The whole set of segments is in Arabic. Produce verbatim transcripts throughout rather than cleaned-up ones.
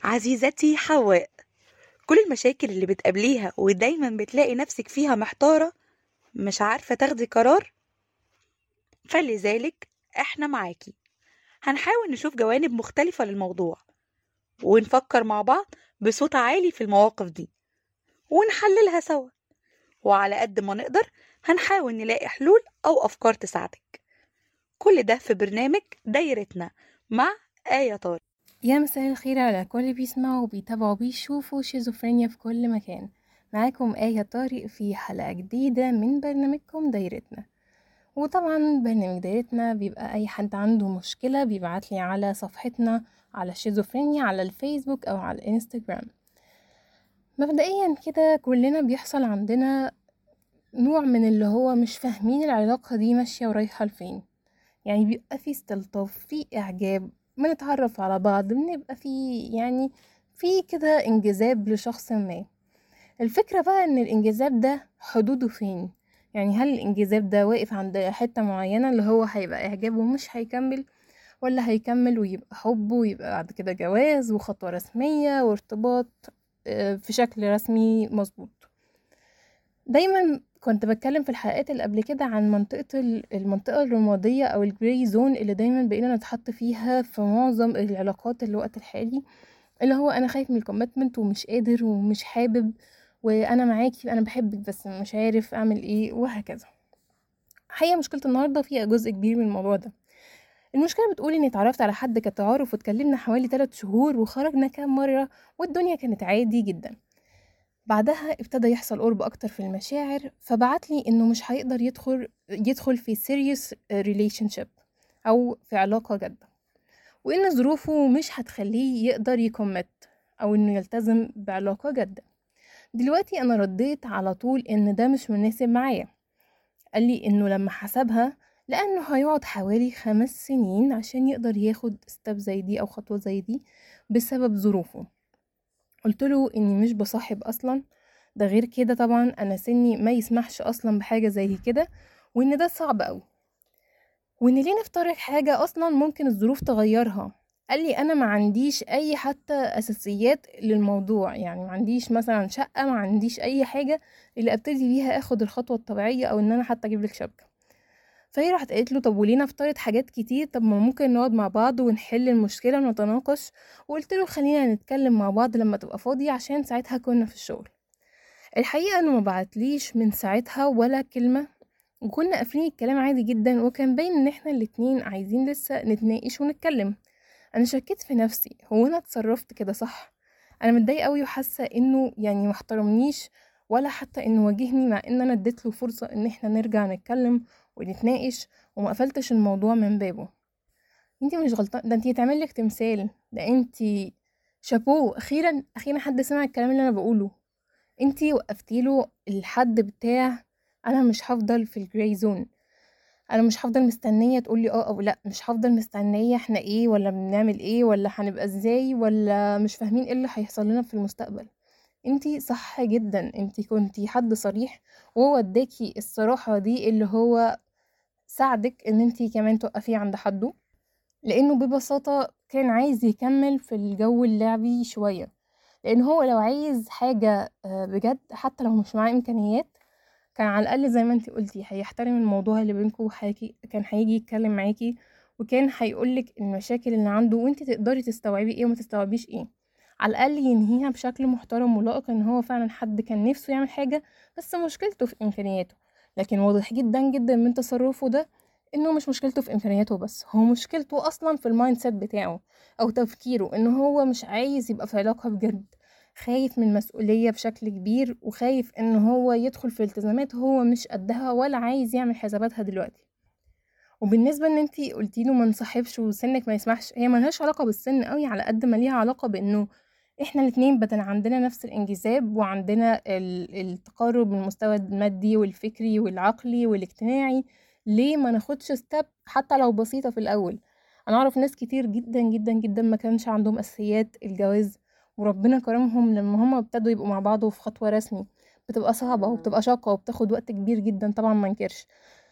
عزيزتي حواء، كل المشاكل اللي بتقابليها ودايما بتلاقي نفسك فيها محتارة، مش عارفة تاخدي قرار. فلذلك احنا معاكي، هنحاول نشوف جوانب مختلفة للموضوع ونفكر مع بعض بصوت عالي في المواقف دي ونحللها سوا، وعلى قد ما نقدر هنحاول نلاقي حلول أو أفكار تساعدك. كل ده في برنامج دايرتنا مع آية طارق. يا مساء الخير على كل اللي بيسمعوا وبيتابعوا وبيشوفوا شيزوفرينيا في كل مكان. معاكم آية طارق في حلقة جديدة من برنامجكم دايرتنا. وطبعا برنامج دايرتنا بيبقى أي حد عنده مشكلة بيبعتلي على صفحتنا على شيزوفرينيا على الفيسبوك أو على الانستجرام. مبدئيا كده كلنا بيحصل عندنا نوع من اللي هو مش فاهمين العلاقة دي ماشية ورايحة لفين. يعني بيبقى في استلطاف، في إعجاب، بنتعرف على بعض، بنبقى في يعني في كده انجذاب لشخص ما. الفكرة بقى ان الانجذاب ده حدوده فين؟ يعني هل الانجذاب ده واقف عند حتة معينة اللي هو هيبقى إعجاب ومش هيكمل، ولا هيكمل ويبقى حب ويبقى بعد كده جواز وخطوة رسمية وارتباط آه، في شكل رسمي مظبوط؟ دايما كنت بتكلم في الحلقات اللي قبل كده عن منطقة ال- المنطقة الرمادية أو الجراي زون اللي دايما بقينا نتحط فيها في معظم العلاقات الوقت الحالي، اللي هو أنا خايف من الكوميتمنت ومش قادر ومش حابب، وأنا معاكي أنا بحبك بس مش عارف أعمل إيه، وهكذا. حقيقة مشكلة النهاردة فيها جزء كبير من الموضوع ده. المشكلة بتقول إني اتعرفت على حد كتعارف واتكلمنا حوالي ثلاث شهور وخرجنا كام مرة والدنيا كانت عادي جدا. بعدها ابتدى يحصل قرب أكتر في المشاعر، فبعتلي إنه مش هيقدر يدخل يدخل في serious relationship أو في علاقة جادة، وإن ظروفه مش هتخليه يقدر يكمت أو إنه يلتزم بعلاقة جادة. دلوقتي أنا رديت على طول إن ده مش مناسب معايا. قالي إنه لما حسبها لأنه هيقعد حوالي خمس سنين عشان يقدر ياخد ستيب زي دي أو خطوة زي دي بسبب ظروفه. قلتله إني مش بصاحب أصلا، ده غير كده طبعا انا سني ما يسمحش اصلا بحاجة زي كده، وان ده صعب قوي، وان ليه نفترض حاجة اصلا ممكن الظروف تغيرها. قال لي انا ما عنديش اي حتى اساسيات للموضوع، يعني ما عنديش مثلا شقة، ما عنديش اي حاجة اللي ابتدي بيها اخد الخطوة الطبيعية او ان انا حتى اجيب لك شبكة. فهي راحت قالت له طب وليه نفترض حاجات كتير، طب ما ممكن نقعد مع بعض ونحل المشكلة ونتناقش. وقلت له خلينا نتكلم مع بعض لما تبقى فاضي عشان ساعتها كنا في الشغل. الحقيقة انه ما بعتليش من ساعتها ولا كلمة، وكنا قافلين الكلام عادي جدا، وكان باين ان احنا الاتنين عايزين لسه نتناقش ونتكلم. انا شكيت في نفسي، هو انا اتصرفت كده صح؟ انا متضايقه قوي وحاسه انه يعني ما احترمنيش، ولا حتى انه واجهني مع ان انا اديت له فرصه ان احنا نرجع نتكلم ونتناقش وما قفلتش الموضوع من بابه. انتي مش غلطان، ده انتي تعمل لك تمثال، ده انتي شابوه، اخيرا اخيرا حد سمع الكلام اللي انا بقوله. انتي وقفتيله الحد بتاع انا مش هفضل في الجراي زون، انا مش هفضل مستنيه تقولي اه او لا، مش هفضل مستنيه احنا ايه ولا بنعمل ايه ولا هنبقى ازاي ولا مش فاهمين ايه اللي هيحصل لنا في المستقبل. انتي صح جدا، انتي كنتي حد صريح، وهو اداكي الصراحه دي اللي هو ساعدك ان انتي كمان توقفيه عند حده، لانه ببساطه كان عايز يكمل في الجو اللعبي شويه. لان هو لو عايز حاجة آه، بجد حتى لو مش معاه امكانيات، كان على الاقل زي ما انتي قلتي هيحترم الموضوع اللي بينكم، وحاجي كان هيجي يتكلم معاكي، وكان هيقولك المشاكل اللي عنده وانتي تقدري تستوعبي ايه وما تستوعبيش ايه. على الاقل ينهيها بشكل محترم ولائق، ان هو فعلا حد كان نفسه يعمل حاجة بس مشكلته في امكانياته. لكن واضح جدا جدا من تصرفه ده انه مش مشكلته في امكانياته بس، هو مشكلته اصلا في المايند سيت بتاعه او تفكيره، انه هو مش عايز يبقى في علاقة بجد، خايف من مسؤولية بشكل كبير، وخايف ان هو يدخل في التزامات هو مش قدها ولا عايز يعمل حساباتها دلوقتي. وبالنسبة ان انتي قلتيله ما نصاحبش وسنك ما يسمحش، هي ملهاش علاقة بالسن قوي على قد ما ليها علاقة بانه احنا الاتنين بدنا عندنا نفس الانجذاب، وعندنا ال- التقارب من المستوى المادي والفكري والعقلي والاجتماعي. ليه ما ناخدش ستيب حتى لو بسيطة في الاول؟ انا اعرف ناس كتير جدا جدا جدا ما كانش عندهم اساسيات الجواز، وربنا كرمهم لما هما ابتدوا يبقوا مع بعض وفي خطوة رسمي. بتبقى صعبة وبتبقى شاقة وبتاخد وقت كبير جدا طبعا، ما انكرش،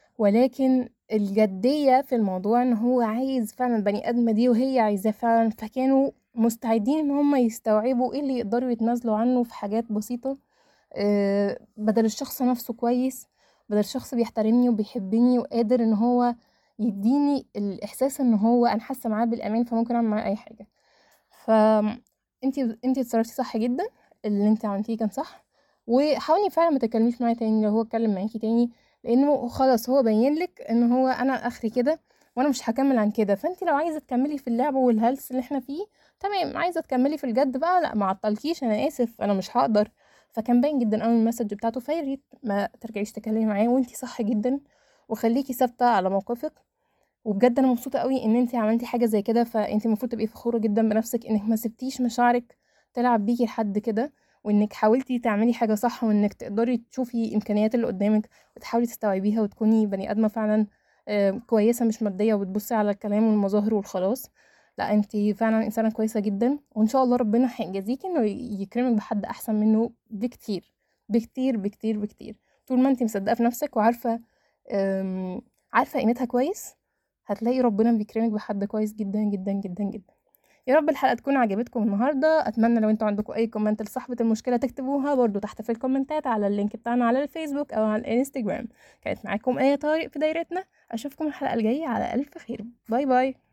ولكن الجدية في الموضوع ان هو عايز فعلا البني ادمة دي وهي عايزاه فعلا، فكانوا مستعدين ان هم يستوعبوا ايه اللي يقدروا يتنازلوا عنه في حاجات بسيطة. آه، بدل الشخص نفسه كويس، بدل الشخص بيحترمني وبيحبني وقادر ان هو يديني الاحساس ان هو انا حاسه معاه بالامان، فممكن اعمل معاه اي حاجه. ف انتي انتي اتصرفتي صح جدا، اللي انتي عملتيه كان صح. وحاولي فعلا ما تتكلميش معاه تاني لو هو اتكلم معاكي تاني، لانه خلاص هو بين لك ان هو انا اخري كده وانا مش هكمل عن كده. فانتي لو عايزه تكملي في اللعب والهلس اللي احنا فيه تمام، عايزه تكملي في الجد بقى لا ما عطلكيش، انا اسف انا مش هقدر. فكان باين جدا قوي المسج بتاعته، فيا ريت ما ترجعيش تكلمي معاه، وانتي صح جدا وخليكي ثابته على موقفك. وبجد انا مبسوطه قوي ان انتي عملتي حاجه زي كده، فانتي المفروض تبقي فخوره جدا بنفسك انك ما سبتيش مشاعرك تلعب بيكي لحد كده، وانك حاولتي تعملي حاجه صح، وانك تقدري تشوفي امكانيات اللي قدامك وتحاولي تستوعبيها وتكوني بني ادمه فعلا آه، كويسه مش ماديه وبتبصي على الكلام والمظاهر والخلاص. لا انتي فعلا انسانه كويسه جدا، وان شاء الله ربنا هيجازيكي انه يكرمك بحد احسن منه بكتير بكتير بكتير بكتير. طول ما انتي مصدقه في نفسك وعارفه آم، عارفه قيمتها كويس، هتلاقي ربنا بيكرمك بحد كويس جدا جدا جدا جدا. يا رب الحلقة تكون عجبتكم النهاردة. أتمنى لو انتوا عندكم أي كومنت لصاحبة المشكلة تكتبوها برضو تحت في الكومنتات على اللينك بتاعنا على الفيسبوك أو على الانستجرام. كانت معاكم آية طارق في دايرتنا، أشوفكم الحلقة الجاية على ألف خير. باي باي.